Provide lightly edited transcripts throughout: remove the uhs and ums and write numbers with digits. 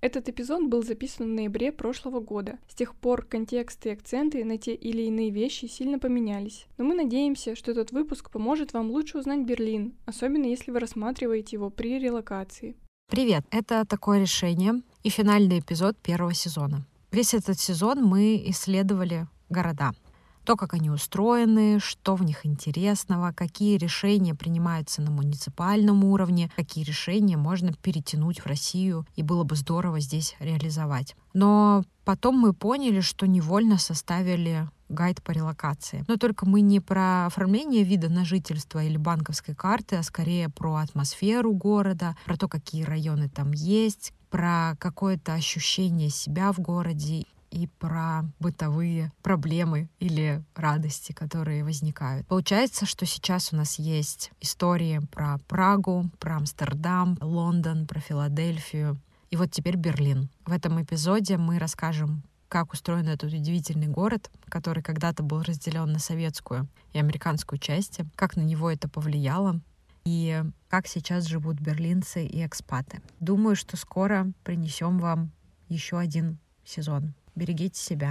Этот эпизод был записан в ноябре прошлого года. С тех пор контекст и акценты на те или иные вещи сильно поменялись. Но мы надеемся, что этот выпуск поможет вам лучше узнать Берлин, особенно если вы рассматриваете его при релокации. Привет! Это «Такое решение» и финальный эпизод первого сезона. Весь этот сезон мы исследовали города. То, как они устроены, что в них интересного, какие решения принимаются на муниципальном уровне, какие решения можно перетянуть в Россию, и было бы здорово здесь реализовать. Но потом мы поняли, что невольно составили гайд по релокации. Но только мы не про оформление вида на жительство или банковской карты, а скорее про атмосферу города, про то, какие районы там есть, про какое-то ощущение себя в городе и про бытовые проблемы или радости, которые возникают. Получается, что сейчас у нас есть истории про Прагу, про Амстердам, Лондон, про Филадельфию и вот теперь Берлин. В этом эпизоде мы расскажем, как устроен этот удивительный город, который когда-то был разделен на советскую и американскую части, как на него это повлияло, и как сейчас живут берлинцы и экспаты. Думаю, что скоро принесем вам еще один сезон. Берегите себя.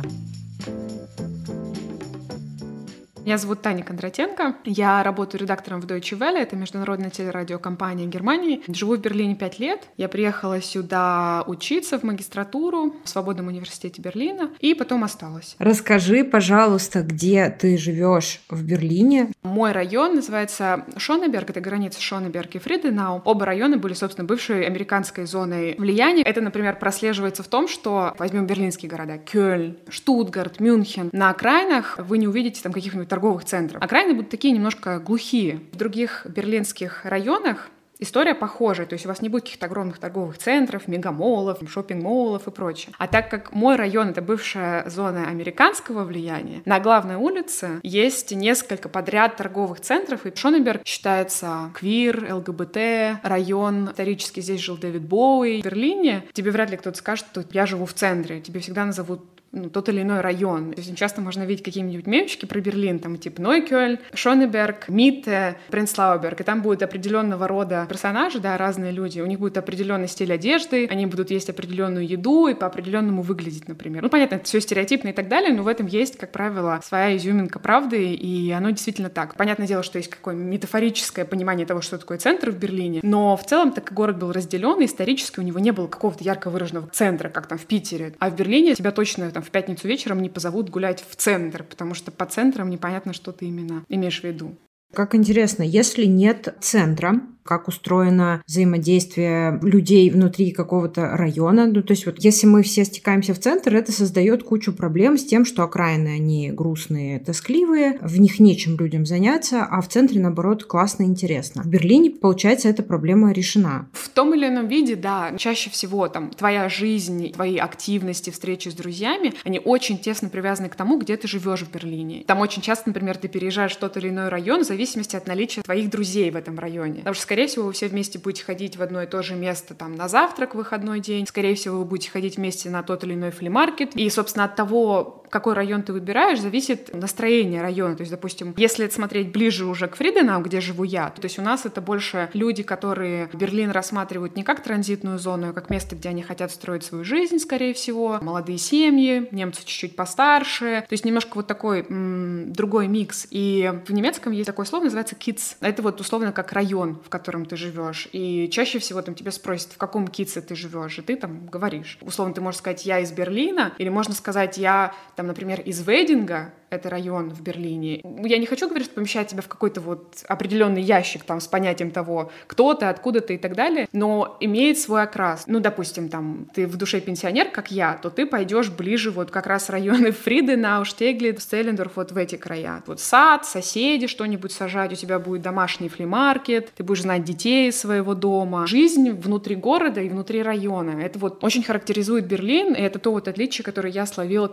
Меня зовут Таня Кондратенко. Я работаю редактором в Deutsche Welle. Это международная телерадиокомпания Германии. Живу в Берлине 5 лет. Я приехала сюда учиться в магистратуру в Свободном университете Берлина и потом осталась. Расскажи, пожалуйста, где ты живешь в Берлине? Мой район называется Шонеберг. Это граница Шонеберг и Фриденау. Оба района были, собственно, бывшей американской зоной влияния. Это, например, прослеживается в том, что возьмем берлинские города: Кёльн, Штутгарт, Мюнхен. На окраинах вы не увидите там каких-нибудь торговых центров. Окраины будут такие немножко глухие. В других берлинских районах история похожая, то есть у вас не будет каких-то огромных торговых центров, мегамолов, шоппинг-молов и прочее. А так как мой район — это бывшая зона американского влияния, на главной улице есть несколько подряд торговых центров, и Шонеберг считается квир, ЛГБТ, район. Исторически здесь жил Дэвид Боуи. В Берлине тебе вряд ли кто-то скажет, что я живу в центре, тебе всегда назовут тот или иной район. То есть часто можно видеть какие-нибудь мемчики про Берлин, там типа Нойкёльн, Шонеберг, Митте, Пренслауэрберг, и там будет определенного рода персонажи, да, разные люди, у них будет определенный стиль одежды, они будут есть определенную еду и по определенному выглядеть, например. Ну, понятно, это все стереотипно и так далее, но в этом есть, как правило, своя изюминка правды, и оно действительно так. Понятное дело, что есть какое-то метафорическое понимание того, что такое центр в Берлине, но в целом, так как город был разделен, и исторически у него не было какого-то ярко выраженного центра, как там в Питере, а в Берлине тебя точно там в пятницу вечером не позовут гулять в центр, потому что по центрам непонятно, что ты именно имеешь в виду. Как интересно, если нет центра, как устроено взаимодействие людей внутри какого-то района. Ну, то есть вот если мы все стекаемся в центр, это создает кучу проблем с тем, что окраины, они грустные, тоскливые, в них нечем людям заняться, а в центре, наоборот, классно и интересно. В Берлине, получается, эта проблема решена. В том или ином виде, да. Чаще всего там твоя жизнь, твои активности, встречи с друзьями, они очень тесно привязаны к тому, где ты живешь в Берлине. Там очень часто, например, ты переезжаешь в тот или иной район в зависимости от наличия твоих друзей в этом районе. Потому что, скорее всего, вы все вместе будете ходить в одно и то же место там на завтрак в выходной день. Скорее всего, вы будете ходить вместе на тот или иной флимаркет. И, собственно, от того, какой район ты выбираешь, зависит настроение района. То есть, допустим, если смотреть ближе уже к Фриденау, где живу я, то есть у нас это больше люди, которые Берлин рассматривают не как транзитную зону, а как место, где они хотят строить свою жизнь, скорее всего. Молодые семьи, немцы чуть-чуть постарше. То есть немножко вот такой другой микс. И в немецком есть такое слово, называется Kiez. Это вот условно как район, в котором ты живешь. И чаще всего там тебя спросят, в каком Китце ты живешь, и ты там говоришь. Условно ты можешь сказать: я из Берлина, или можно сказать: я там, например, из Вединга, это район в Берлине. Я не хочу говорить, что помещать тебя в какой-то вот определенный ящик там с понятием того, кто ты, откуда ты и так далее, но имеет свой окрас. Ну, допустим, там ты в душе пенсионер, как я, то ты пойдешь ближе вот как раз районы Фриденау, Штеглиц, Целлендорф, вот в эти края. Вот сад, соседи что-нибудь сажать, у тебя будет домашний флимаркет, ты будешь знать детей своего дома. Жизнь внутри города и внутри района. Это вот очень характеризует Берлин, и это то вот отличие, которое я словила, ну, там,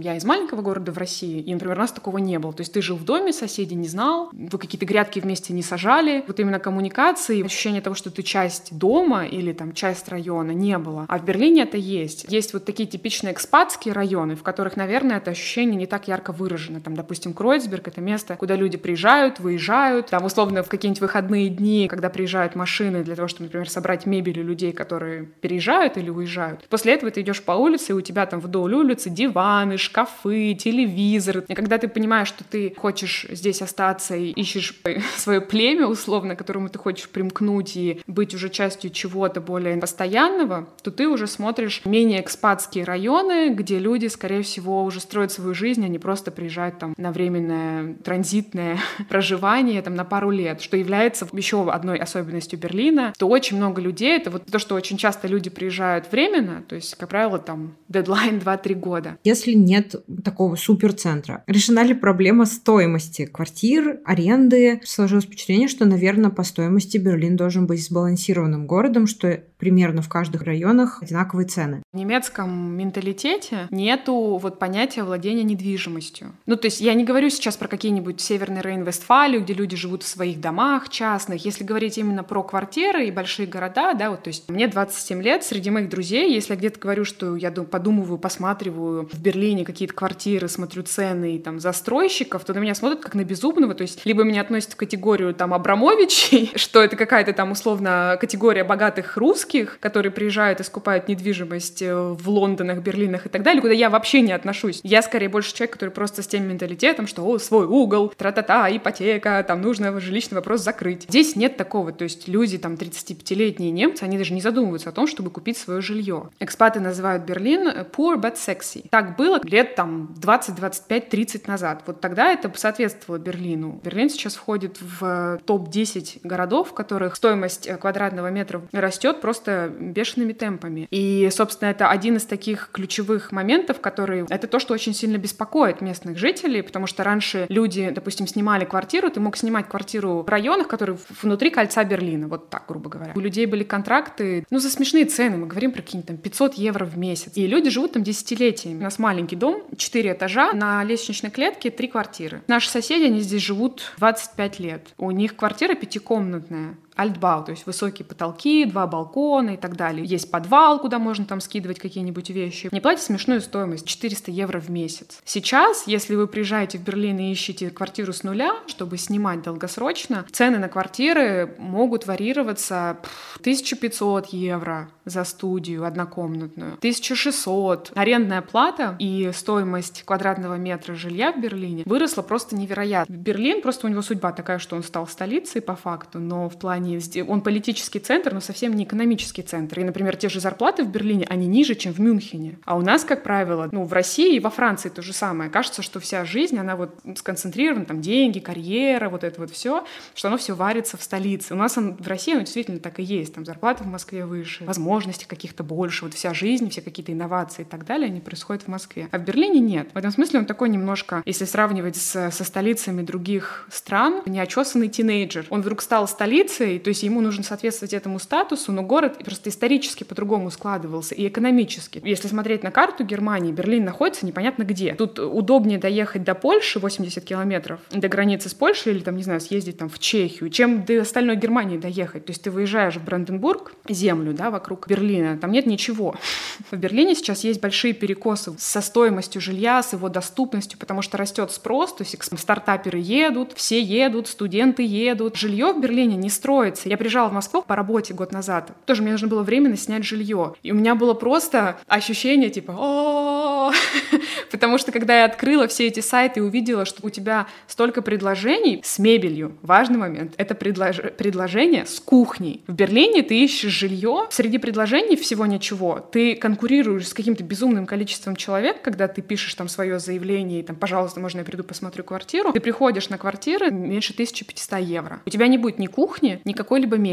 я из маленького города в России, и, например, у нас такого не было. То есть ты жил в доме, соседей не знал, вы какие-то грядки вместе не сажали. Вот именно коммуникации, ощущение того, что ты часть дома или там часть района, не было. А в Берлине это есть. Есть вот такие типичные экспатские районы, в которых, наверное, это ощущение не так ярко выражено. Там, допустим, Кройцберг — это место, куда люди приезжают, выезжают. Там, условно, в какие-нибудь выходные дни, когда приезжают машины для того, чтобы, например, собрать мебель у людей, которые переезжают или уезжают. После этого ты идешь по улице, и у тебя там вдоль улицы диваны, шкафы, телевизоры. И когда ты понимаешь, что ты хочешь здесь остаться и ищешь свое племя, условно, к которому ты хочешь примкнуть и быть уже частью чего-то более постоянного, то ты уже смотришь менее экспатские районы, где люди, скорее всего, уже строят свою жизнь, они просто приезжают там на временное транзитное проживание там на пару лет, что является еще одной особенностью Берлина, что очень много людей, это вот то, что очень часто люди приезжают временно, то есть, как правило, там дедлайн 2-3 года. Если нет такого суперцентра, решена ли проблема стоимости квартир, аренды? Сложилось впечатление, что, наверное, по стоимости Берлин должен быть сбалансированным городом, что примерно в каждых районах одинаковые цены. В немецком менталитете нету вот понятия владения недвижимостью. Ну, то есть я не говорю сейчас про какие-нибудь Северный Рейн-Вестфалию, где люди живут в своих домах частных. Если говорить именно про квартиры и большие города, да, вот, то есть мне 27 лет, среди моих друзей, если я где-то говорю, что я подумываю, посматриваю в Берлине какие-то квартиры, смотрю цены и там застройщиков, то на меня смотрят как на безумного, то есть либо меня относят в категорию там Абрамовичей, что это какая-то там условно категория богатых русских, которые приезжают и скупают недвижимость в Лондонах, Берлинах и так далее, куда я вообще не отношусь. Я скорее больше человек, который просто с тем менталитетом, что свой угол, тра-та-та, ипотека, там нужно жилищный вопрос закрыть. Здесь нет такого, то есть люди там 35-летние немцы, они даже не задумываются о том, чтобы купить свое жилье. Экспаты называют Берлин poor but sexy. Так было лет там 20, 25, 30 назад. Вот тогда это соответствовало Берлину. Берлин сейчас входит в топ-10 городов, в которых стоимость квадратного метра растет просто бешеными темпами. И, собственно, это один из таких ключевых моментов, который... Это то, что очень сильно беспокоит местных жителей, потому что раньше люди, допустим, снимали квартиру, ты мог снимать квартиру в районах, которые внутри кольца Берлина, вот так, грубо говоря. У людей были контракты, за смешные цены, мы говорим про какие-нибудь там 500 евро в месяц. И люди живут там десятилетиями. У нас маленький дом, 4 этажа, на лестничной клетке 3 квартиры. Наши соседи, они здесь живут 25 лет. У них квартира 5-комнатная. Альтбау, то есть высокие потолки, 2 балкона и так далее. Есть подвал, куда можно там скидывать какие-нибудь вещи. Не платите смешную стоимость, 400 евро в месяц. Сейчас, если вы приезжаете в Берлин и ищете квартиру с нуля, чтобы снимать долгосрочно, цены на квартиры могут варьироваться 1500 евро за студию однокомнатную, 1600. Арендная плата и стоимость квадратного метра жилья в Берлине выросла просто невероятно. Берлин, просто у него судьба такая, что он стал столицей по факту, но в плане он политический центр, но совсем не экономический центр. И, например, те же зарплаты в Берлине, они ниже, чем в Мюнхене. А у нас, как правило, в России и во Франции то же самое. Кажется, что вся жизнь, она вот сконцентрирована, там, деньги, карьера, вот это вот все, что оно все варится в столице. У нас в России, действительно так и есть. Там зарплаты в Москве выше, возможностей каких-то больше, вот вся жизнь, все какие-то инновации и так далее, они происходят в Москве. А в Берлине нет. В этом смысле он такой немножко, если сравнивать со столицами других стран, неочесанный тинейджер. Он вдруг стал столицей, то есть ему нужно соответствовать этому статусу, но город просто исторически по-другому складывался и экономически. Если смотреть на карту Германии, Берлин находится непонятно где. Тут удобнее доехать до Польши 80 километров, до границы с Польшей или там, не знаю, съездить там в Чехию, чем до остальной Германии доехать. То есть ты выезжаешь в Бранденбург, землю, да, вокруг Берлина, там нет ничего. В Берлине сейчас есть большие перекосы со стоимостью жилья, с его доступностью, потому что растет спрос, то есть стартаперы едут, все едут, студенты едут. Жилье в Берлине не строится. Я приезжала в Москву по работе год назад. Тоже мне нужно было временно снять жилье. И у меня было просто ощущение типа потому что когда я открыла все эти сайты и увидела, что у тебя столько предложений с мебелью, важный момент, это предложение с кухней. В Берлине ты ищешь жилье, среди предложений всего ничего. Ты конкурируешь с каким-то безумным количеством человек, когда ты пишешь там свое заявление, и там, пожалуйста, можно я приду посмотрю квартиру. Ты приходишь на квартиры меньше 1500 евро. У тебя не будет ни кухни, ни какой-либо мебели.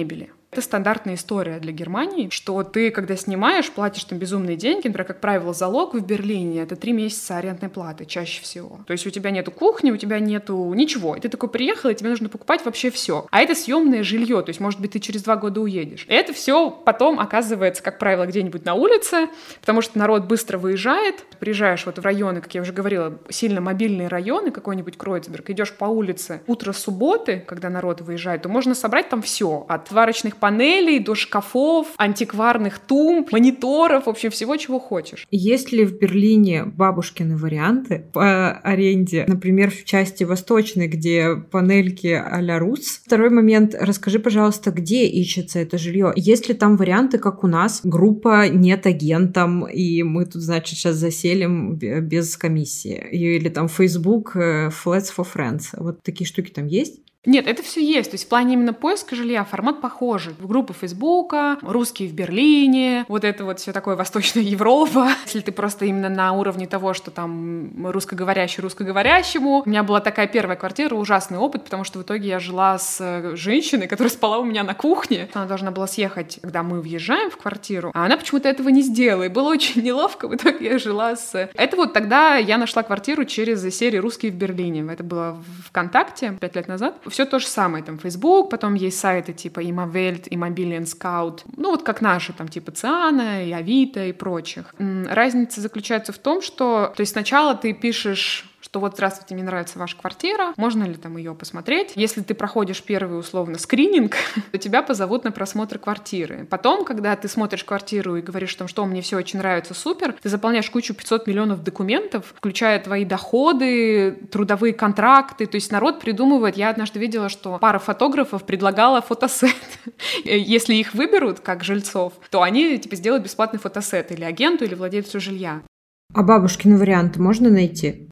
Это стандартная история для Германии, что ты, когда снимаешь, платишь там безумные деньги, например, как правило, залог в Берлине — это 3 месяца арендной платы чаще всего. То есть у тебя нету кухни, у тебя нету ничего. И ты такой приехал, и тебе нужно покупать вообще все. А это съемное жилье, то есть, может быть, ты через 2 года уедешь. И это все потом оказывается, как правило, где-нибудь на улице, потому что народ быстро выезжает. Приезжаешь вот в районы, как я уже говорила, сильно мобильные районы, какой-нибудь Кройцберг, идешь по улице утро субботы, когда народ выезжает, то можно собрать там все, от сварочных панелей до шкафов, антикварных тумб, мониторов, в общем, всего, чего хочешь. Есть ли в Берлине бабушкины варианты по аренде, например, в части восточной, где панельки а-ля Рус? Второй момент. Расскажи, пожалуйста, где ищется это жилье? Есть ли там варианты, как у нас, группа нет агентом, и мы тут, значит, сейчас заселим без комиссии? Или там Facebook Flats for Friends? Вот такие штуки там есть? Нет, это все есть. То есть в плане именно поиска жилья формат похожий. Группы Фейсбука, русские в Берлине, вот это вот все такое Восточная Европа. Если ты просто именно на уровне того, что там русскоговорящий русскоговорящему. У меня была такая первая квартира, ужасный опыт, потому что в итоге я жила с женщиной, которая спала у меня на кухне. Она должна была съехать, когда мы въезжаем в квартиру, а она почему-то этого не сделала. И было очень неловко. В итоге я жила с... Это вот тогда я нашла квартиру через серию «Русские в Берлине». Это было в ВКонтакте 5 лет назад. Все то же самое, там, Facebook, потом есть сайты типа Imawelt, Immobilien Scout, ну, вот как наши, там, типа Циана, и Авито, и прочих. Разница заключается в том, что, то есть сначала ты пишешь, что вот, здравствуйте, мне нравится ваша квартира, можно ли там ее посмотреть? Если ты проходишь первый, условно, скрининг, то тебя позовут на просмотр квартиры. Потом, когда ты смотришь квартиру и говоришь, что мне все очень нравится, супер, ты заполняешь кучу 500 миллионов документов, включая твои доходы, трудовые контракты, то есть народ придумывает. Я однажды видела, что пара фотографов предлагала фотосет. Если их выберут как жильцов, то они типа сделают бесплатный фотосет или агенту, или владельцу жилья. А бабушкины варианты можно найти?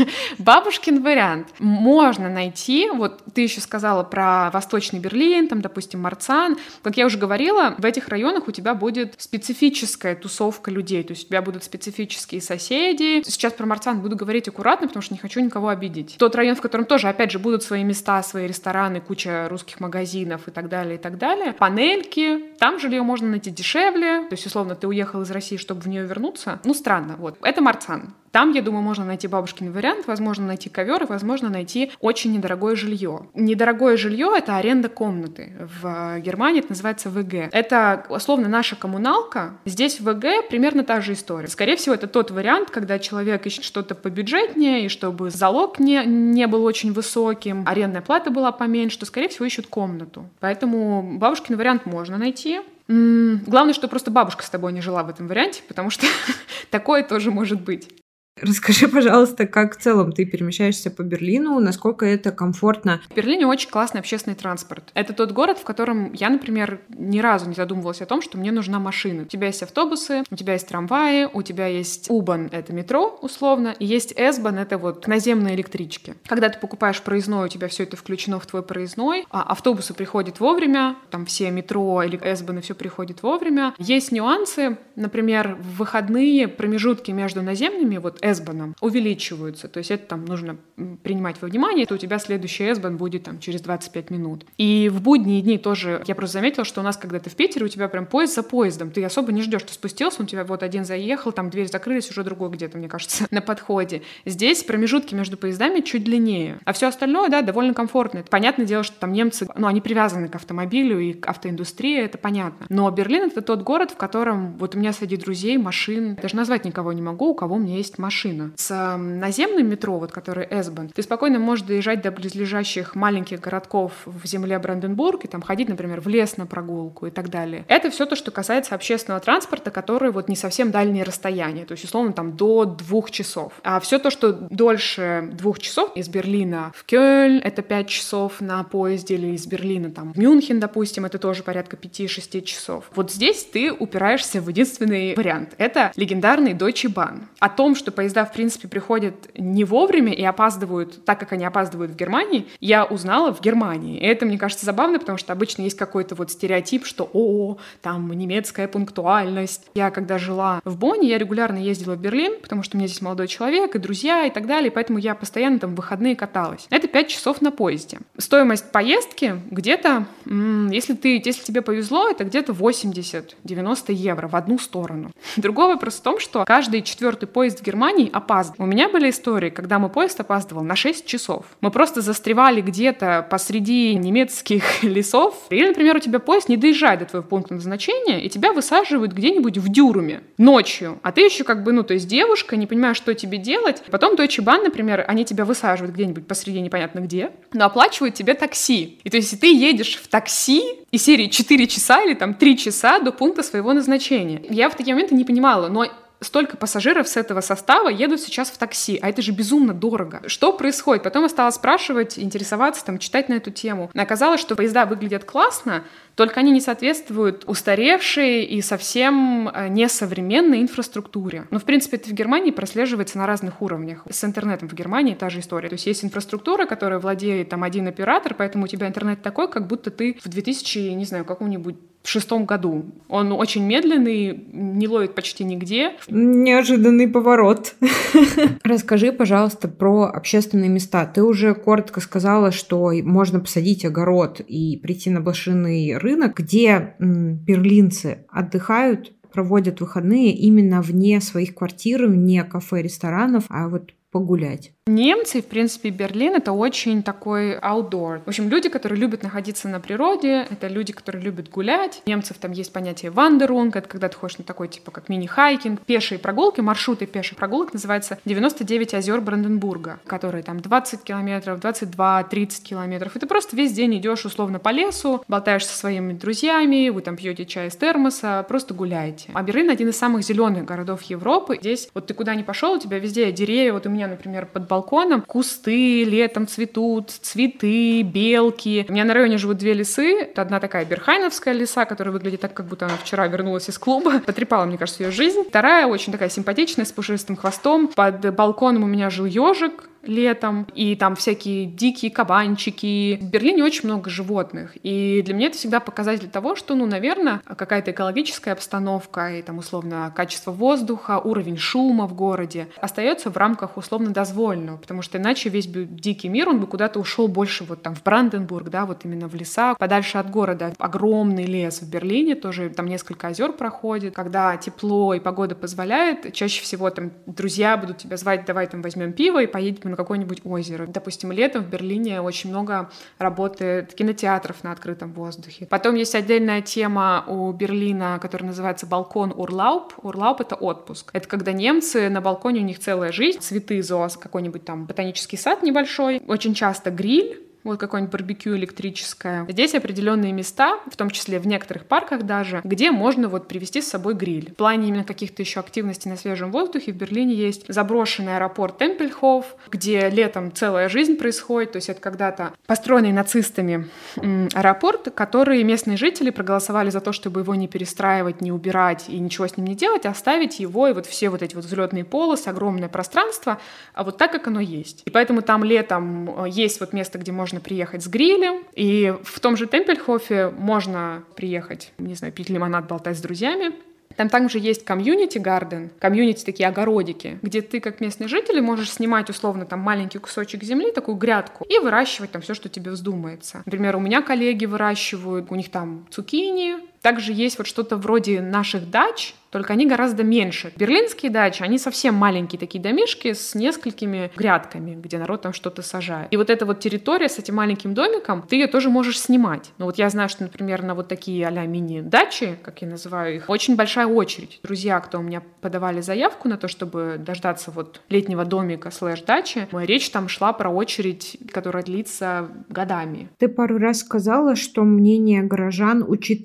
Бабушкин вариант можно найти. Вот ты еще сказала про Восточный Берлин, там, допустим, Марцан. Как я уже говорила, в этих районах у тебя будет специфическая тусовка людей, то есть у тебя будут специфические соседи. Сейчас про Марцан буду говорить аккуратно, потому что не хочу никого обидеть. Тот район, в котором тоже, опять же, будут свои места, свои рестораны, куча русских магазинов и так далее, и так далее. Панельки. Там жилье можно найти дешевле. То есть, условно, ты уехал из России, чтобы в нее вернуться. Ну, странно. Вот. Это Марцан. Там, я думаю, можно найти бабушкин вариант, возможно, найти ковер и, возможно, найти очень недорогое жилье. Недорогое жилье — это аренда комнаты. В Германии это называется ВГ. Это, условно, наша коммуналка. Здесь в ВГ примерно та же история. Скорее всего, это тот вариант, когда человек ищет что-то побюджетнее, и чтобы залог не был очень высоким, арендная плата была поменьше, то, скорее всего, ищут комнату. Поэтому бабушкин вариант можно найти. Главное, что просто бабушка с тобой не жила в этом варианте, потому что такое тоже может быть. Расскажи, пожалуйста, как в целом ты перемещаешься по Берлину, насколько это комфортно? В Берлине очень классный общественный транспорт. Это тот город, в котором я, например, ни разу не задумывалась о том, что мне нужна машина. У тебя есть автобусы, у тебя есть трамваи, у тебя есть U-Bahn — это метро, условно, и есть S-Bahn — это вот наземные электрички. Когда ты покупаешь проездной, у тебя все это включено в твой проездной, а автобусы приходят вовремя, там все метро или S-Bahn все приходит вовремя. Есть нюансы, например, в выходные промежутки между наземными, вот S-Bahn увеличиваются. То есть это там нужно принимать во внимание, то у тебя следующий S-Bahn будет там через 25 минут. И в будние дни тоже я просто заметила, что у нас, когда ты в Питере, у тебя прям поезд за поездом. Ты особо не ждешь, ты спустился, у тебя вот один заехал, там дверь закрылись, уже другой где-то, мне кажется, на подходе. Здесь промежутки между поездами чуть длиннее. А все остальное, да, довольно комфортно. Понятное дело, что там немцы, они привязаны к автомобилю и к автоиндустрии, это понятно. Но Берлин — это тот город, в котором вот у меня среди друзей машин, даже назвать никого не могу, у кого у меня есть машина. С наземным метро, вот который S-Bahn, ты спокойно можешь доезжать до близлежащих маленьких городков в земле Бранденбург и там ходить, например, в лес на прогулку и так далее. Это все то, что касается общественного транспорта, который вот не совсем дальние расстояния, то есть, условно, там до 2 часов. А все то, что дольше 2 часов, из Берлина в Кёльн, это 5 часов на поезде, или из Берлина там в Мюнхен, допустим, это тоже порядка 5-6 часов. Вот здесь ты упираешься в единственный вариант. Это легендарный Deutsche Bahn. О том, что поезда, в принципе, приходят не вовремя и опаздывают так, как они опаздывают в Германии, я узнала в Германии. И это, мне кажется, забавно, потому что обычно есть какой-то вот стереотип, что там немецкая пунктуальность. Я когда жила в Бонне, я регулярно ездила в Берлин, потому что у меня здесь молодой человек и друзья и так далее, поэтому я постоянно там в выходные каталась. Это 5 часов на поезде. Стоимость поездки где-то, если тебе повезло, это где-то 80-90 евро в одну сторону. Другой вопрос в том, что каждый 4-й поезд в Германии опаздывал. У меня были истории, когда мой поезд опаздывал на 6 часов. Мы просто застревали где-то посреди немецких лесов. Или, например, у тебя поезд не доезжает до твоего пункта назначения, и тебя высаживают где-нибудь в Дюруме ночью. А ты еще то есть девушка, не понимаешь, что тебе делать. Потом Deutsche Bahn, например, они тебя высаживают где-нибудь посреди непонятно где, но оплачивают тебе такси. И то есть, если ты едешь в такси, и серии 4 часа или 3 часа до пункта своего назначения. Я в такие моменты не понимала, но столько пассажиров с этого состава едут сейчас в такси, а это же безумно дорого. Что происходит? Потом я стала спрашивать, интересоваться, читать на эту тему. И оказалось, что поезда выглядят классно, только они не соответствуют устаревшей и совсем несовременной инфраструктуре. В принципе, это в Германии прослеживается на разных уровнях. С интернетом в Германии та же история. То есть есть инфраструктура, которая владеет один оператор, поэтому у тебя интернет такой, как будто ты в 2006 году. Он очень медленный, не ловит почти нигде. Неожиданный поворот. Расскажи, пожалуйста, про общественные места. Ты уже коротко сказала, что можно посадить огород и прийти на блошиный рынок, где берлинцы отдыхают, проводят выходные именно вне своих квартир, вне кафе, ресторанов, а погулять. Немцы, в принципе, Берлин — это очень такой outdoor. В общем, люди, которые любят находиться на природе, это люди, которые любят гулять. У немцев там есть понятие вандерунг, это когда ты ходишь на такой, как мини-хайкинг. Пешие прогулки, маршруты пеших прогулок называются 99 озер Бранденбурга, которые 20 километров, 22-30 километров. И ты просто весь день идешь условно по лесу, болтаешь со своими друзьями, вы пьете чай из термоса, просто гуляете. А Берлин — один из самых зеленых городов Европы. Здесь ты куда ни пошел, у тебя везде деревья. У меня, например, под балконом кусты летом цветут, цветы, белки. У меня на районе живут 2 лисы. Одна такая берхайновская лиса, которая выглядит так, как будто она вчера вернулась из клуба. Потрепала, мне кажется, ее жизнь. Вторая очень такая симпатичная, с пушистым хвостом. Под балконом у меня жил ежик летом, и там всякие дикие кабанчики. В Берлине очень много животных, и для меня это всегда показатель того, что, наверное, какая-то экологическая обстановка и условно качество воздуха, уровень шума в городе остается в рамках условно дозволенного, потому что иначе весь дикий мир, он бы куда-то ушел больше в Бранденбург, именно в леса, подальше от города. Огромный лес в Берлине, тоже там несколько озер проходит. Когда тепло и погода позволяет, чаще всего друзья будут тебя звать: давай возьмем пиво и поедем на какое-нибудь озеро. Допустим, летом в Берлине очень много работает кинотеатров на открытом воздухе. Потом есть отдельная тема у Берлина, которая называется балкон Урлауп. Урлауп — это отпуск. Это когда немцы, на балконе у них целая жизнь, цветы, какой-нибудь ботанический сад небольшой, очень часто гриль, какое-нибудь барбекю электрическое. Здесь определенные места, в том числе в некоторых парках даже, где можно привезти с собой гриль. В плане именно каких-то еще активностей на свежем воздухе в Берлине есть заброшенный аэропорт Темпельхоф, где летом целая жизнь происходит. То есть это когда-то построенный нацистами аэропорт, который местные жители проголосовали за то, чтобы его не перестраивать, не убирать и ничего с ним не делать, а оставить его и все эти взлетные полосы, огромное пространство, так, как оно есть. И поэтому там летом есть место, где можно приехать с грилем, и в том же Темпельхофе можно приехать, пить лимонад, болтать с друзьями. Там также есть комьюнити-гарден, такие огородики, где ты, как местный житель, можешь снимать условно маленький кусочек земли, такую грядку, и выращивать все, что тебе вздумается. Например, у меня коллеги выращивают, у них там цукини. Также есть что-то вроде наших дач, только они гораздо меньше. Берлинские дачи, они совсем маленькие такие домишки с несколькими грядками, где народ там что-то сажает. И эта территория с этим маленьким домиком, ты ее тоже можешь снимать. Но я знаю, что, например, на такие а-ля мини-дачи, как я называю их, очень большая очередь. Друзья, кто у меня подавали заявку на то, чтобы дождаться летнего домика /дачи, речь там шла про очередь, которая длится годами. Ты пару раз сказала, что мнение горожан учитывается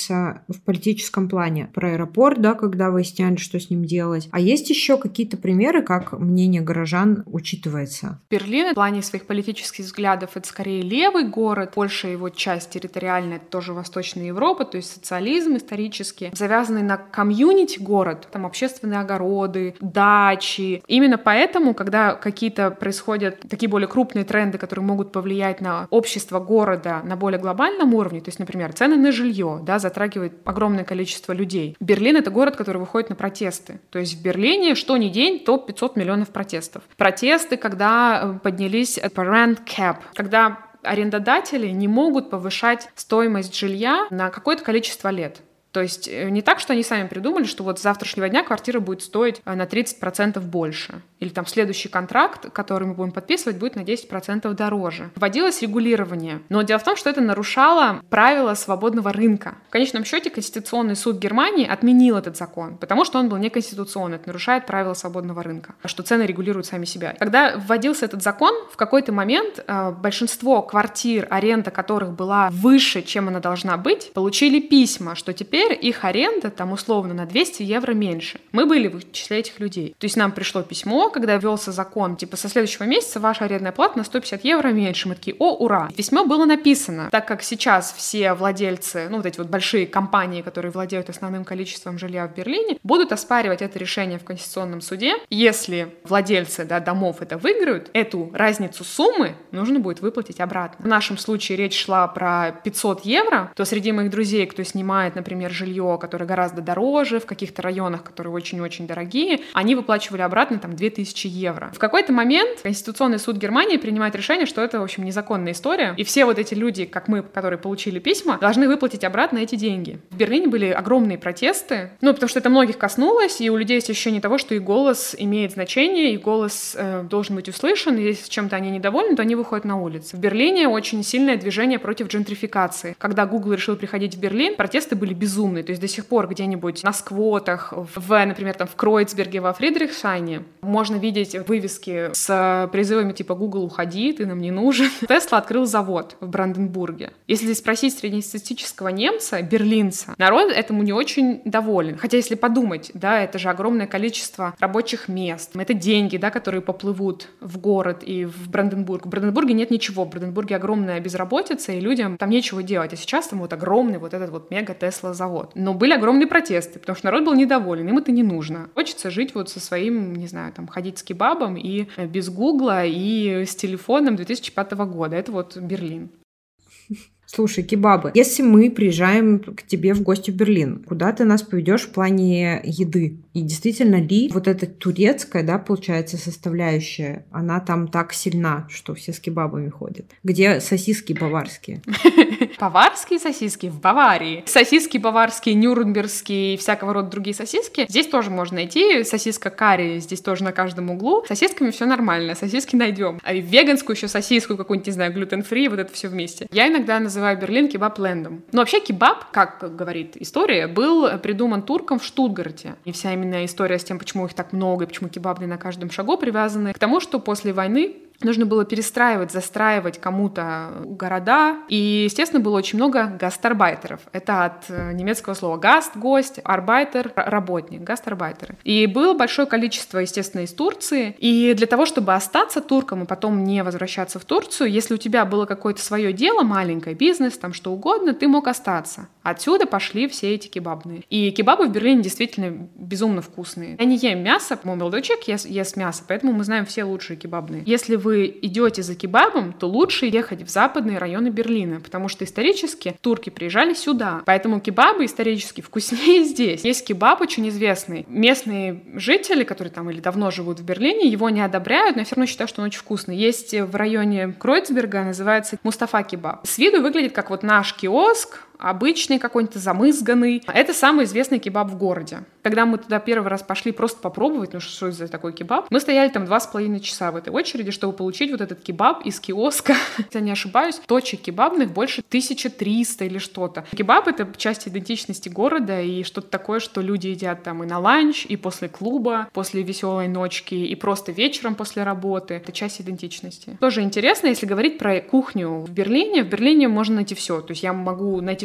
меняется в политическом плане? Про аэропорт, да, когда выясняли, что с ним делать. А есть еще какие-то примеры, как мнение горожан учитывается? Берлин в плане своих политических взглядов это скорее левый город. Большая его часть территориальная — это тоже Восточная Европа, то есть социализм исторически. Завязанный на комьюнити город, там общественные огороды, дачи. Именно поэтому, когда какие-то происходят такие более крупные тренды, которые могут повлиять на общество города на более глобальном уровне, то есть, например, цены на жилье, да, затрагивают огромное количество людей. Берлин — это город, который выходит на протесты. То есть в Берлине что ни день, то 500 миллионов протестов. Протесты, когда поднялись по rent cap, когда арендодатели не могут повышать стоимость жилья на какое-то количество лет. То есть не так, что они сами придумали, что вот с завтрашнего дня квартира будет стоить на 30% больше. Или там следующий контракт, который мы будем подписывать, будет на 10% дороже. Вводилось регулирование. Но дело в том, что это нарушало правила свободного рынка. В конечном счете Конституционный суд Германии отменил этот закон, потому что он был неконституционный, это нарушает правила свободного рынка, что цены регулируют сами себя. Когда вводился этот закон, в какой-то момент большинство квартир, аренда которых была выше, чем она должна быть, получили письма, что теперь их аренда там условно на 200 евро меньше. Мы были в числе этих людей. То есть нам пришло письмо, когда ввелся закон, типа со следующего месяца ваша арендная плата на 150 евро меньше. Мы такие: о, ура! В письме было написано, так как сейчас все владельцы, вот эти вот большие компании, которые владеют основным количеством жилья в Берлине, будут оспаривать это решение в Конституционном суде. Если владельцы, да, домов это выиграют, эту разницу суммы нужно будет выплатить обратно. В нашем случае речь шла про 500 евро, то среди моих друзей, кто снимает, например, жилье, которое гораздо дороже, в каких-то районах, которые очень-очень дорогие, они выплачивали обратно там 2000 евро. В какой-то момент Конституционный суд Германии принимает решение, что это, в общем, незаконная история, и все вот эти люди, как мы, которые получили письма, должны выплатить обратно эти деньги. В Берлине были огромные протесты, потому что это многих коснулось, и у людей есть ощущение того, что их голос имеет значение, их голос должен быть услышан, и если чем-то они недовольны, то они выходят на улицы. В Берлине очень сильное движение против джентрификации. Когда Google решил приходить в Берлин, протесты были безумные. То есть до сих пор где-нибудь на сквотах, например, там в Кройцберге, во Фридрихшайне можно видеть вывески с призывами типа «Google, уходи, ты нам не нужен». Tesla открыл завод в Бранденбурге. Если спросить среднестатистического немца, берлинца, народ этому не очень доволен. Хотя если подумать, да, это же огромное количество рабочих мест. Это деньги, да, которые поплывут в город и в Бранденбург. В Бранденбурге нет ничего. В Бранденбурге огромная безработица, и людям там нечего делать. А сейчас там вот огромный вот этот вот мега-Тесла завод. Но были огромные протесты, потому что народ был недоволен, им это не нужно. Хочется жить вот со своим, не знаю, там, ходить с кебабом и без Гугла, и с телефоном 2005 года. Это вот Берлин. Слушай, кебабы, если мы приезжаем к тебе в гости в Берлин, куда ты нас поведешь в плане еды? И действительно ли вот эта турецкая, да, получается, составляющая, она там так сильна, что все с кебабами ходят? Где сосиски баварские? Баварские сосиски в Баварии. Сосиски баварские, нюрнбергские и всякого рода другие сосиски. Здесь тоже можно найти. Сосиска карри здесь тоже на каждом углу. С сосисками все нормально, сосиски найдем. А и веганскую еще сосиску какую-нибудь, не знаю, глютен-фри, вот это все вместе. Я иногда называю Берлин кебаб-лендом. Но вообще кебаб, как говорит история, был придуман турком в Штутгарте. И вся именно история с тем, почему их так много и почему кебабные на каждом шагу привязаны к тому, что после войны нужно было перестраивать, застраивать кому-то города. И, естественно, было очень много гастарбайтеров. Это от немецкого слова гаст — гость, арбайтер — работник, гастарбайтеры. И было большое количество, естественно, из Турции. И для того, чтобы остаться турком и потом не возвращаться в Турцию, если у тебя было какое-то свое дело, маленькое, бизнес, там что угодно, ты мог остаться. Отсюда пошли все эти кебабные. И кебабы в Берлине действительно безумно вкусные. Я не ем мясо, мой молодой человек ест мясо, поэтому мы знаем все лучшие кебабные. Если вы идете за кебабом, то лучше ехать в западные районы Берлина, потому что исторически турки приезжали сюда, поэтому кебабы исторически вкуснее здесь. Есть кебаб очень известный. Местные жители, которые там или давно живут в Берлине, его не одобряют, но я все равно считаю, что он очень вкусный. Есть в районе Кройцберга, называется Мустафа кебаб. С виду выглядит как вот наш киоск, обычный какой-то замызганный. Это самый известный кебаб в городе. Когда мы туда первый раз пошли просто попробовать, что это за такой кебаб, мы стояли там 2,5 часа в этой очереди, чтобы получить вот этот кебаб из киоска. Если не ошибаюсь, точек кебабных больше 1300 или что-то. Кебаб — это часть идентичности города и что-то такое, что люди едят там и на ланч, и после клуба, после веселой ночки, и просто вечером после работы. Это часть идентичности. Тоже интересно, если говорить про кухню в Берлине. В Берлине можно найти все. То есть я могу найти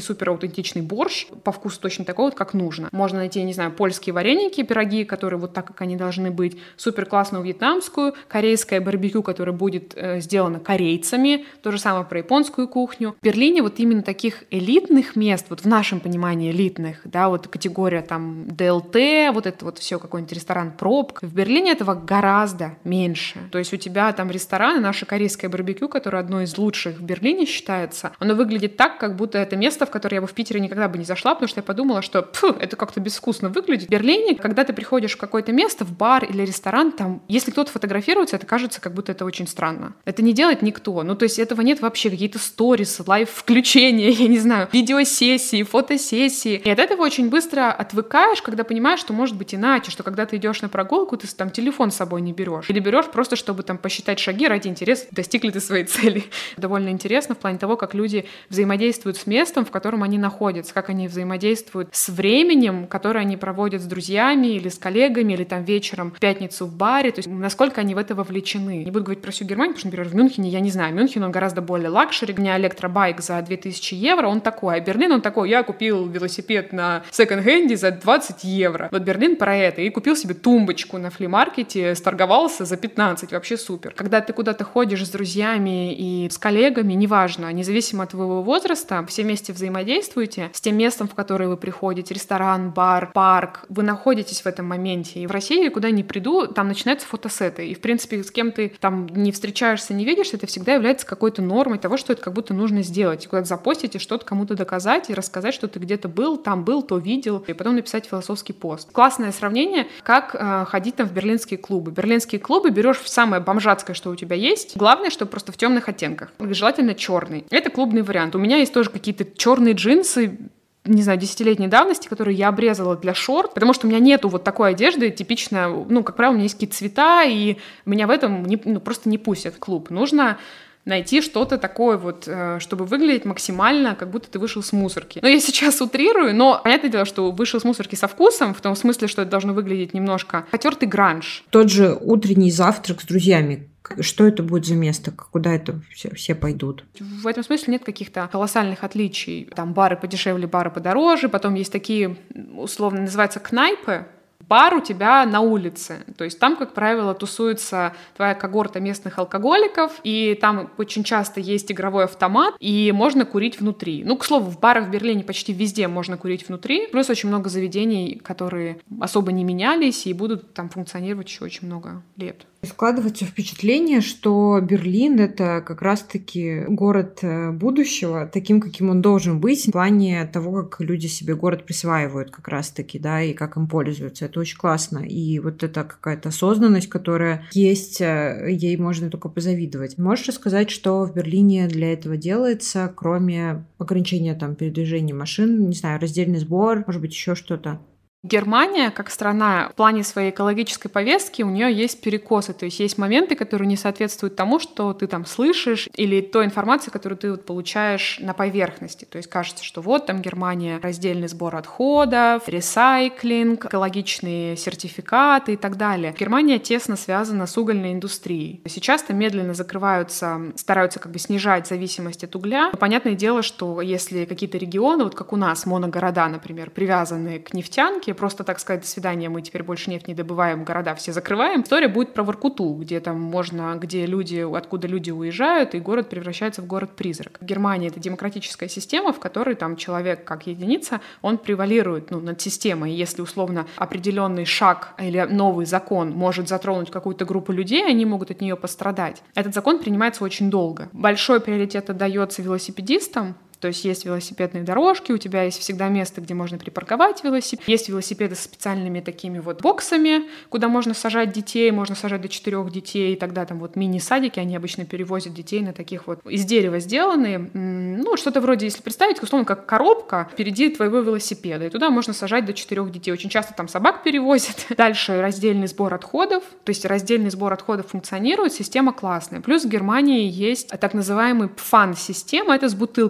супер аутентичный борщ, по вкусу точно такой вот, как нужно. Можно найти, не знаю, польские вареники, пироги, которые вот так, как они должны быть, супер классную вьетнамскую, корейское барбекю, которое будет сделано корейцами, то же самое про японскую кухню. В Берлине вот именно таких элитных мест, вот в нашем понимании элитных, да, вот категория там ДЛТ, вот это вот все, какой-нибудь ресторан «Пробка». В Берлине этого гораздо меньше. То есть у тебя там рестораны, наше корейское барбекю, которое одно из лучших в Берлине считается, оно выглядит так, как будто это место, в которое я бы в Питере никогда бы не зашла, потому что я подумала, что это как-то безвкусно выглядит. В Берлине, когда ты приходишь в какое-то место, в бар или ресторан, там, если кто-то фотографируется, это кажется, как будто это очень странно. Это не делает никто. Ну, то есть этого нет вообще. Какие-то сторис, лайв-включения, я не знаю, видеосессии, фотосессии. И от этого очень быстро отвыкаешь, когда понимаешь, что может быть иначе, что когда ты идешь на прогулку, ты там телефон с собой не берешь. Или берешь просто, чтобы там посчитать шаги ради интереса, достиг ли ты своей цели. Довольно интересно в плане того, как люди взаимодействуют с местом, в котором они находятся, как они взаимодействуют с временем, которое они проводят с друзьями или с коллегами, или там вечером в пятницу в баре, то есть насколько они в это вовлечены. Не буду говорить про всю Германию, потому что, например, в Мюнхене, я не знаю, Мюнхен, он гораздо более лакшери. У меня электробайк за 2000 евро, он такой, а Берлин, он такой, я купил велосипед на секонд-хенде за 20 евро. Вот Берлин про это. И купил себе тумбочку на фли-маркете, сторговался за 15, вообще супер. Когда ты куда-то ходишь с друзьями и с коллегами, неважно, независимо от твоего возраста, все вместе взаимодействуете с тем местом, в которое вы приходите, ресторан, бар, парк, вы находитесь в этом моменте. И в России, куда ни приду, там начинаются фотосеты. И, в принципе, с кем ты там не встречаешься, не видишься, это всегда является какой-то нормой того, что это как будто нужно сделать. Куда-то запостить и что-то кому-то доказать, и рассказать, что ты где-то был, там был, то видел, и потом написать философский пост. Классное сравнение, как ходить там в берлинские клубы. Берлинские клубы берешь самое бомжатское, что у тебя есть. Главное, чтобы просто в темных оттенках. Желательно черный. Это клубный вариант. У меня есть тоже какие-то черные джинсы, не знаю, 10-летней давности, которые я обрезала для шорт, потому что у меня нету вот такой одежды, типично, ну, как правило, у меня есть какие-то цвета, и меня в этом просто не пустят в клуб. Нужно найти что-то такое вот, чтобы выглядеть максимально, как будто ты вышел с мусорки. Но я сейчас утрирую, но понятное дело, что вышел с мусорки со вкусом, в том смысле, что это должно выглядеть немножко потертый гранж. Тот же утренний завтрак с друзьями. Что это будет за место? Куда это все пойдут? В этом смысле нет каких-то колоссальных отличий. Там бары подешевле, бары подороже. Потом есть такие, условно, называются кнайпы. Бар у тебя на улице, то есть там, как правило, тусуется твоя когорта местных алкоголиков, и там очень часто есть игровой автомат, и можно курить внутри. Ну, к слову, в барах в Берлине почти везде можно курить внутри, плюс очень много заведений, которые особо не менялись и будут там функционировать еще очень много лет. Складывается впечатление, что Берлин — это как раз-таки город будущего, таким, каким он должен быть, в плане того, как люди себе город присваивают как раз-таки, да, и как им пользуются. Это очень классно. И вот эта какая-то осознанность, которая есть, ей можно только позавидовать. Можешь рассказать, что в Берлине для этого делается, кроме ограничения там передвижения машин, не знаю, раздельный сбор, может быть, еще что-то? Германия, как страна, в плане своей экологической повестки, у нее есть перекосы, то есть есть моменты, которые не соответствуют тому, что ты там слышишь, или той информации, которую ты вот получаешь на поверхности. То есть кажется, что вот там Германия, раздельный сбор отходов, ресайклинг, экологичные сертификаты и так далее. Германия тесно связана с угольной индустрией. Сейчас-то медленно закрываются, стараются как бы снижать зависимость от угля. Но понятное дело, что если какие-то регионы, вот как у нас, моногорода, например, привязаны к нефтянке, просто так сказать, до свидания, мы теперь больше нефть не добываем, города все закрываем. История будет про Воркуту, где там можно, где люди, откуда люди уезжают, и город превращается в город-призрак. В Германии это демократическая система, в которой там человек как единица, он превалирует над системой. И если условно определенный шаг или новый закон может затронуть какую-то группу людей, они могут от нее пострадать. Этот закон принимается очень долго. Большой приоритет отдается велосипедистам. То есть есть велосипедные дорожки, у тебя есть всегда место, где можно припарковать велосипед. Есть велосипеды с специальными такими вот боксами, куда можно сажать детей, можно сажать до 4 детей. И тогда там вот мини-садики, они обычно перевозят детей на таких вот из дерева сделанные. Ну, что-то вроде, если представить, условно, как коробка впереди твоего велосипеда. И туда можно сажать до 4 детей. Очень часто там собак перевозят. Дальше раздельный сбор отходов. То есть раздельный сбор отходов функционирует, система классная. Плюс в Германии есть так называемый PFAN-система, это с бутылками.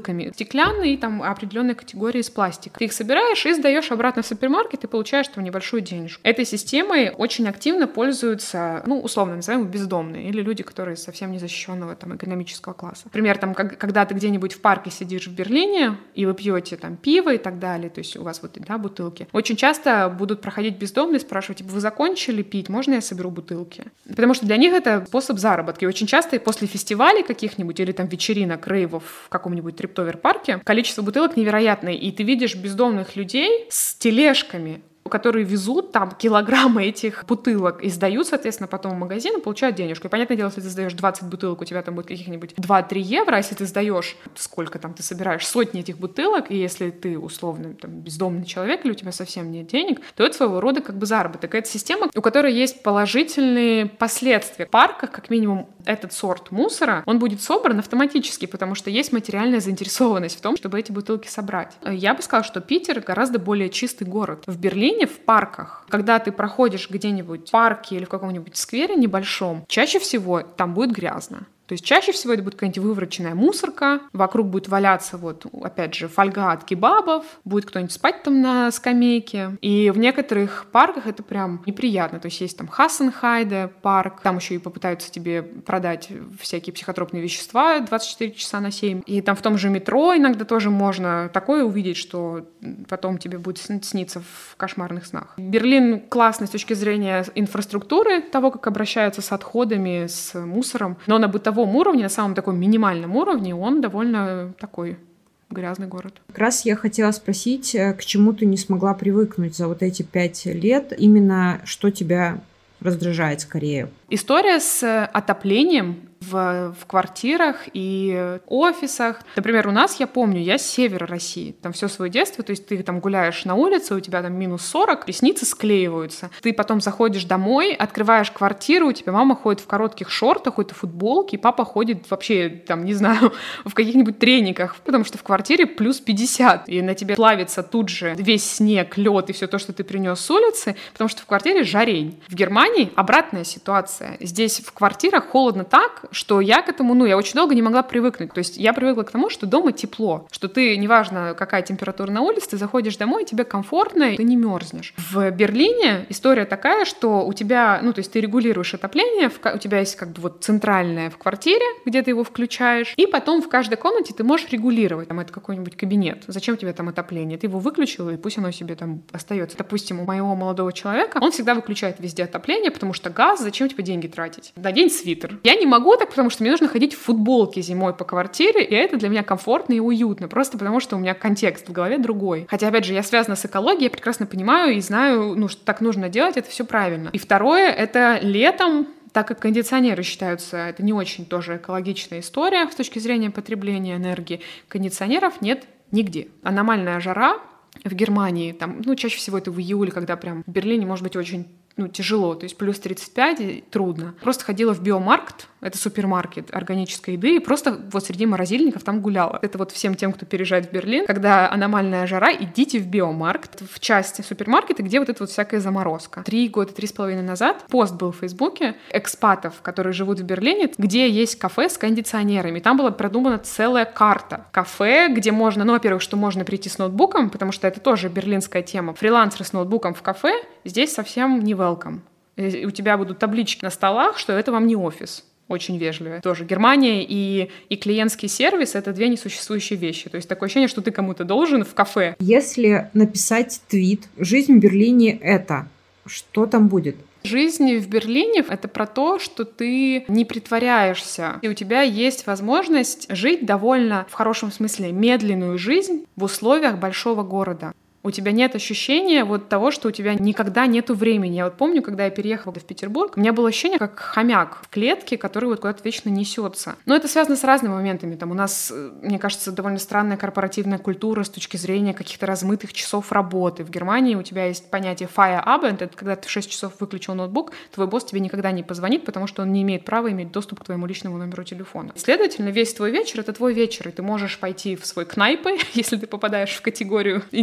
стеклянные и там определенная категория из пластика. Ты их собираешь и сдаешь обратно в супермаркет и получаешь там небольшую денежку. Этой системой очень активно пользуются, условно называемые бездомные или люди, которые совсем незащищенного там экономического класса. Например, там, когда ты где-нибудь в парке сидишь в Берлине, и вы пьете там пиво и так далее, то есть у вас бутылки, очень часто будут проходить бездомные, спрашивать, вы закончили пить, можно я соберу бутылки? Потому что для них это способ заработка. И очень часто после фестивалей каких-нибудь или там вечеринок, рейвов в каком-нибудь триптовер-парке количество бутылок невероятное, и ты видишь бездомных людей с тележками, которые везут там килограммы этих бутылок и сдают, соответственно, потом в магазин и получают денежку. И понятное дело, если ты сдаешь 20 бутылок, у тебя там будет каких-нибудь 2-3 евро, а если ты сдаешь, сколько там ты собираешь, сотни этих бутылок, и если ты условно там бездомный человек или у тебя совсем нет денег, то это своего рода как бы заработок. Это система, у которой есть положительные последствия. В парках, как минимум, этот сорт мусора, он будет собран автоматически, потому что есть материальная заинтересованность в том, чтобы эти бутылки собрать. Я бы сказала, что Питер гораздо более чистый город. В Берлине в парках, когда ты проходишь где-нибудь в парке или в каком-нибудь сквере небольшом, чаще всего там будет грязно. То есть чаще всего это будет какая-нибудь вывороченная мусорка, вокруг будет валяться опять же, фольга от кебабов, будет кто-нибудь спать там на скамейке. И в некоторых парках это прям неприятно. То есть есть там Хассенхайде парк, там еще и попытаются тебе продать всякие психотропные вещества 24 часа на 7. И там в том же метро иногда тоже можно такое увидеть, что потом тебе будет сниться в кошмарных снах. Берлин классный с точки зрения инфраструктуры, того, как обращаются с отходами, с мусором, но на бытовом уровне, на самом таком минимальном уровне, он довольно такой грязный город. Как раз я хотела спросить, к чему ты не смогла привыкнуть за эти 5 лет, именно что тебя раздражает скорее? История с отоплением в квартирах и офисах. Например, у нас, я помню, я с севера России, там все свое детство, то есть ты там гуляешь на улице, у тебя там минус 40, ресницы склеиваются. Ты потом заходишь домой, открываешь квартиру, у тебя мама ходит в коротких шортах, какой-то футболке, и папа ходит вообще, там, не знаю, в каких-нибудь трениках, потому что в квартире плюс 50, и на тебе плавится тут же весь снег, лед и все то, что ты принес с улицы, потому что в квартире жарень. В Германии обратная ситуация. Здесь в квартирах холодно так, что я к этому, я очень долго не могла привыкнуть. То есть я привыкла к тому, что дома тепло, что ты, неважно, какая температура на улице, ты заходишь домой, тебе комфортно, и ты не мерзнешь. В Берлине история такая, что у тебя, то есть ты регулируешь отопление, у тебя есть как бы центральное в квартире, где ты его включаешь, и потом в каждой комнате ты можешь регулировать. Там это какой-нибудь кабинет. Зачем тебе там отопление? Ты его выключил, и пусть оно себе там остается. Допустим, у моего молодого человека, он всегда выключает везде отопление, потому что газ, зачем тебе деньги тратить? Надень свитер. Я не могу так, потому что мне нужно ходить в футболке зимой по квартире, и это для меня комфортно и уютно, просто потому что у меня контекст в голове другой. Хотя, опять же, я связана с экологией, я прекрасно понимаю и знаю, что так нужно делать, это все правильно. И второе, это летом, так как кондиционеры считаются, это не очень тоже экологичная история с точки зрения потребления энергии, кондиционеров нет нигде. Аномальная жара в Германии, там, чаще всего это в июле, когда прям в Берлине может быть очень тяжело, то есть плюс 35 и трудно. Просто ходила в биомаркт, это супермаркет органической еды, и просто среди морозильников там гуляла. Это всем тем, кто переезжает в Берлин, когда аномальная жара, идите в биомаркт, в части супермаркета, где эта всякая заморозка. 3 года, 3,5 назад пост был в Фейсбуке экспатов, которые живут в Берлине, где есть кафе с кондиционерами. Там была продумана целая карта кафе, где можно, во-первых, что можно прийти с ноутбуком, потому что это тоже берлинская тема. Фрилансеры с ноутбуком в кафе здесь совсем не welcome. И у тебя будут таблички на столах, что это вам не офис. Очень вежливо. Тоже Германия и клиентский сервис — это 2 несуществующие вещи. То есть такое ощущение, что ты кому-то должен в кафе. Если написать твит «Жизнь в Берлине — это», что там будет? Жизнь в Берлине — это про то, что ты не притворяешься, и у тебя есть возможность жить довольно, в хорошем смысле, медленную жизнь в условиях большого города. У тебя нет ощущения того, что у тебя никогда нету времени. Я помню, когда я переехала в Петербург, у меня было ощущение, как хомяк в клетке, который куда-то вечно несется. Но это связано с разными моментами. Там у нас, мне кажется, довольно странная корпоративная культура с точки зрения каких-то размытых часов работы. В Германии у тебя есть понятие Feierabend, это когда ты в 6 часов выключил ноутбук, твой босс тебе никогда не позвонит, потому что он не имеет права иметь доступ к твоему личному номеру телефона. Следовательно, весь твой вечер — это твой вечер, и ты можешь пойти в свой кнайпы, если ты попадаешь в категорию интересных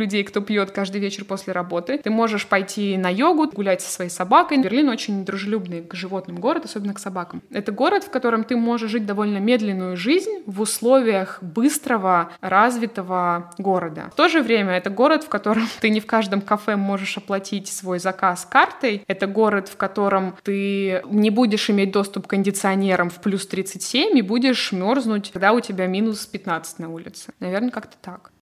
людей, кто пьет каждый вечер после работы. Ты можешь пойти на йогу, гулять со своей собакой. Берлин очень дружелюбный к животным город, особенно к собакам. Это город, в котором ты можешь жить довольно медленную жизнь в условиях быстрого, развитого города. В то же время это город, в котором ты не в каждом кафе можешь оплатить свой заказ картой. Это город, в котором ты не будешь иметь доступ к кондиционерам в плюс 37 и будешь мерзнуть, когда у тебя минус 15 на улице. Наверное, как-то так.